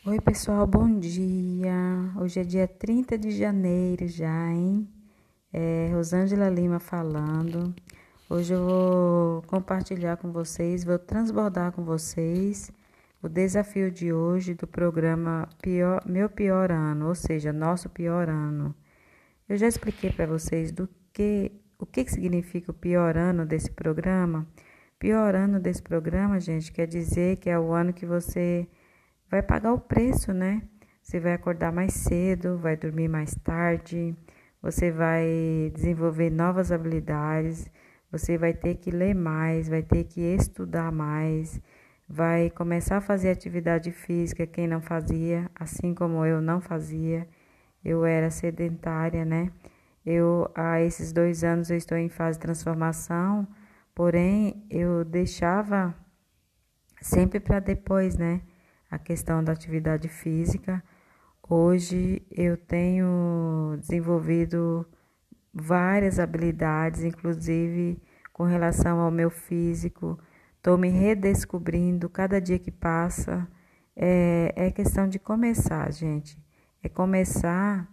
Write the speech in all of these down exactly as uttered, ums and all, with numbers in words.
Oi, pessoal, bom dia. Hoje é dia trinta de janeiro já, hein? É Rosângela Lima falando. Hoje eu vou compartilhar com vocês, vou transbordar com vocês o desafio de hoje do programa Pior- Meu Pior Ano, ou seja, Nosso Pior Ano. Eu já expliquei para vocês do que, o que que significa o pior ano desse programa. Pior ano desse programa, gente, quer dizer que é o ano que você vai pagar o preço, né? Você vai acordar mais cedo, vai dormir mais tarde, você vai desenvolver novas habilidades, você vai ter que ler mais, vai ter que estudar mais, vai começar a fazer atividade física, quem não fazia, assim como eu não fazia. Eu era sedentária, né? Eu, há esses dois anos eu estou em fase de transformação, porém eu deixava sempre para depois, né? A questão da atividade física. Hoje eu tenho desenvolvido várias habilidades, inclusive com relação ao meu físico. Estou me redescobrindo cada dia que passa. É, é questão de começar, gente. É começar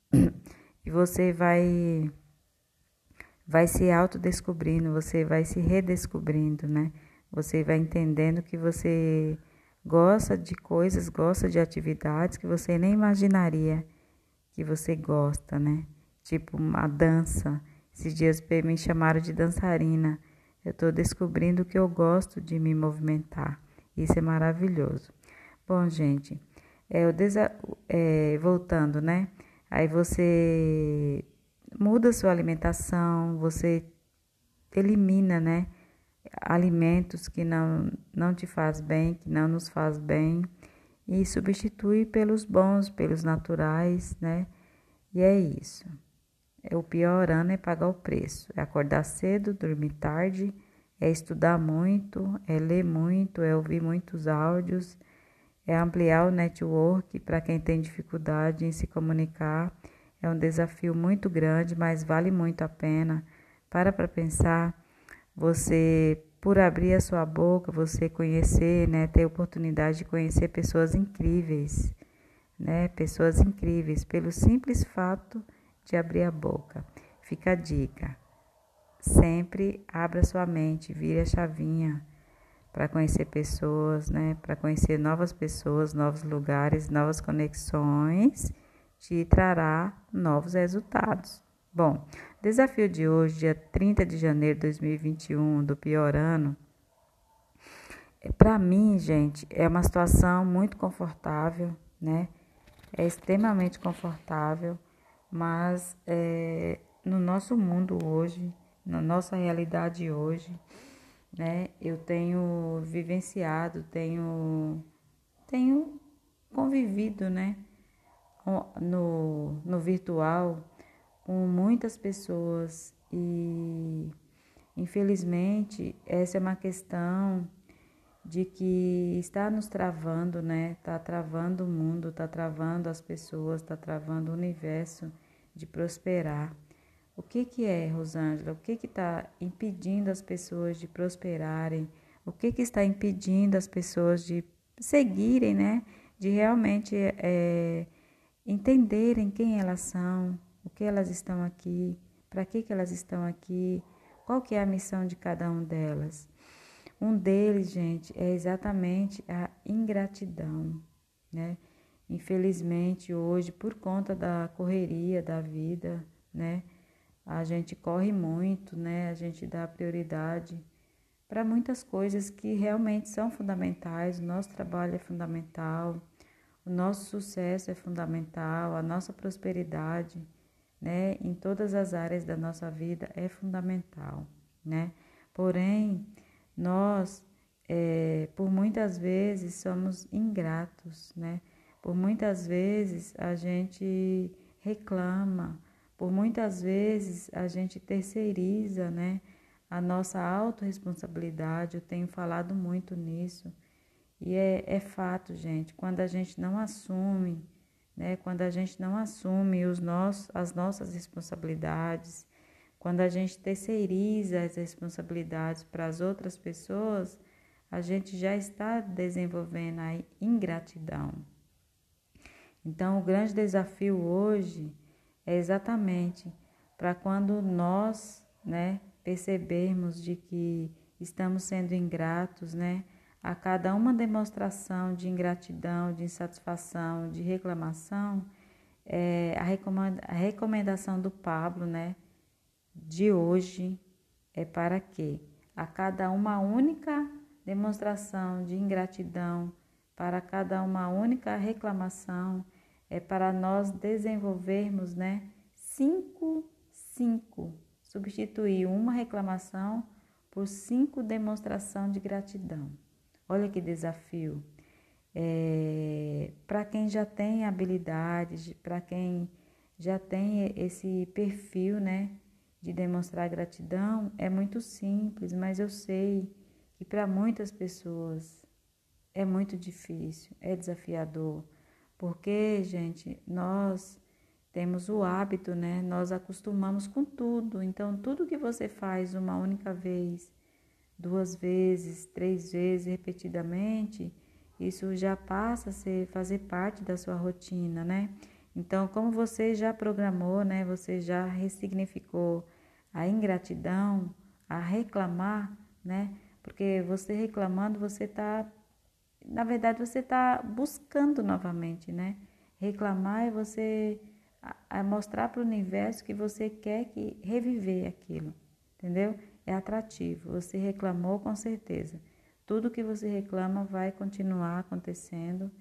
e você vai vai se autodescobrindo, você vai se redescobrindo, né? Você vai entendendo que você gosta de coisas, gosta de atividades que você nem imaginaria que você gosta, né? Tipo a dança. Esses dias me chamaram de dançarina. Eu estou descobrindo que eu gosto de me movimentar. Isso é maravilhoso. Bom, gente, é, o desa é, voltando, né? Aí você muda sua alimentação, você elimina, né? Alimentos que não, não te faz bem, que não nos faz bem, e substitui pelos bons, pelos naturais, né? E é isso. É, o pior ano é pagar o preço, é acordar cedo, dormir tarde, é estudar muito, é ler muito, é ouvir muitos áudios, é ampliar o network para quem tem dificuldade em se comunicar. É um desafio muito grande, mas vale muito a pena. Para para pensar, você, por abrir a sua boca, você conhecer, né, ter oportunidade de conhecer pessoas incríveis, né, pessoas incríveis, pelo simples fato de abrir a boca. Fica a dica. Sempre abra sua mente, vire a chavinha para conhecer pessoas, né? Para conhecer novas pessoas, novos lugares, novas conexões, te trará novos resultados. Bom, desafio de hoje, dia trinta de janeiro de dois mil e vinte e um, do pior ano, é, para mim, gente, é uma situação muito confortável, né? É extremamente confortável, mas é, no nosso mundo hoje, na nossa realidade hoje, né? Eu tenho vivenciado, tenho, tenho convivido, né? No, no virtual com muitas pessoas e infelizmente essa é uma questão de que está nos travando, né? Está travando o mundo, está travando as pessoas, está travando o universo de prosperar. O que que é, Rosângela? O que que está impedindo as pessoas de prosperarem? O que que está impedindo as pessoas de seguirem, né? De realmente é, entenderem quem elas são, o que elas estão aqui, para que que elas estão aqui, qual que é a missão de cada um delas. Um deles, gente, é exatamente a ingratidão, né? Infelizmente, hoje, por conta da correria da vida, né? A gente corre muito, né? A gente dá prioridade para muitas coisas que realmente são fundamentais. O nosso trabalho é fundamental, o nosso sucesso é fundamental, a nossa prosperidade, né? Em todas as áreas da nossa vida é fundamental, né? Porém, nós, é, por muitas vezes, somos ingratos, né? Por muitas vezes a gente reclama, por muitas vezes a gente terceiriza, né? A nossa autorresponsabilidade, eu tenho falado muito nisso. E é, é fato, gente, quando a gente não assume, né? Quando a gente não assume os nossos, as nossas responsabilidades, quando a gente terceiriza as responsabilidades para as outras pessoas, a gente já está desenvolvendo a ingratidão, Então, o grande desafio hoje é exatamente para quando nós, né, percebermos de que estamos sendo ingratos, né, a cada uma demonstração de ingratidão, de insatisfação, de reclamação, é, a, recomenda, a recomendação do Pablo, né, de hoje é para que a cada uma única demonstração de ingratidão, para cada uma única reclamação, é para nós desenvolvermos, né, cinco, cinco, substituir uma reclamação por cinco demonstração de gratidão. Olha que desafio. É, para quem já tem habilidades, para quem já tem esse perfil, né, de demonstrar gratidão, é muito simples, mas eu sei que para muitas pessoas é muito difícil, é desafiador, porque, gente, nós temos o hábito, né, nós acostumamos com tudo, então tudo que você faz uma única vez, duas vezes, três vezes, repetidamente, isso já passa a ser, fazer parte da sua rotina, né? Então, como você já programou, né? Você já ressignificou a ingratidão, a reclamar, né? Porque você reclamando, você está, na verdade, você está buscando novamente, né? Reclamar é você é mostrar para o universo que você quer que reviver aquilo, entendeu? É atrativo. Você reclamou com certeza. Tudo que você reclama vai continuar acontecendo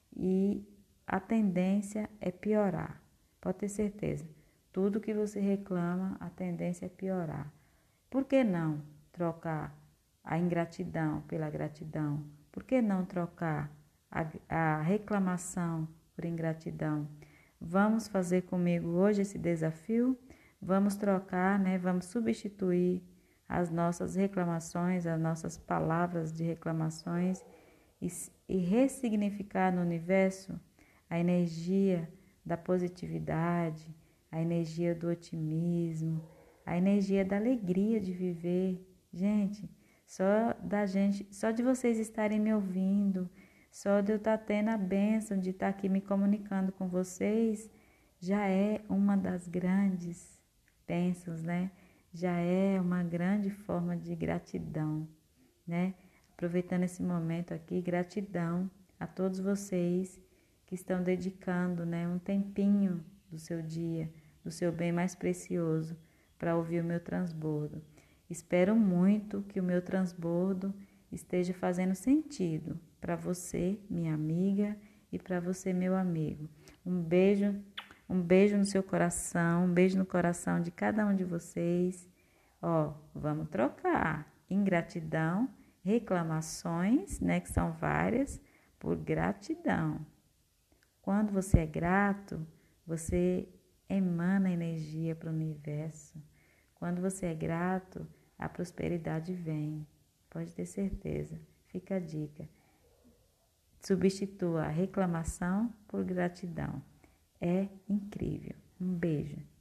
e a tendência é piorar. Pode ter certeza. Tudo que você reclama, a tendência é piorar. Por que não trocar a ingratidão pela gratidão? Por que não trocar a, a reclamação por ingratidão? Vamos fazer comigo hoje esse desafio? Vamos trocar, né? Vamos substituir as nossas reclamações, as nossas palavras de reclamações e, e ressignificar no universo a energia da positividade, a energia do otimismo, a energia da alegria de viver. Gente, só da gente, só de vocês estarem me ouvindo, só de eu estar tendo a bênção de estar aqui me comunicando com vocês, já é uma das grandes bênçãos, né? Já é uma grande forma de gratidão, né? Aproveitando esse momento aqui, gratidão a todos vocês que estão dedicando, né, um tempinho do seu dia, do seu bem mais precioso, para ouvir o meu transbordo. Espero muito que o meu transbordo esteja fazendo sentido para você, minha amiga, e para você, meu amigo. Um beijo, um beijo no seu coração, um beijo no coração de cada um de vocês. Ó, vamos trocar ingratidão, reclamações, né, que são várias, por gratidão. Quando você é grato, você emana energia para o universo. Quando você é grato, a prosperidade vem. Pode ter certeza. Fica a dica. Substitua a reclamação por gratidão. É incrível. Um beijo.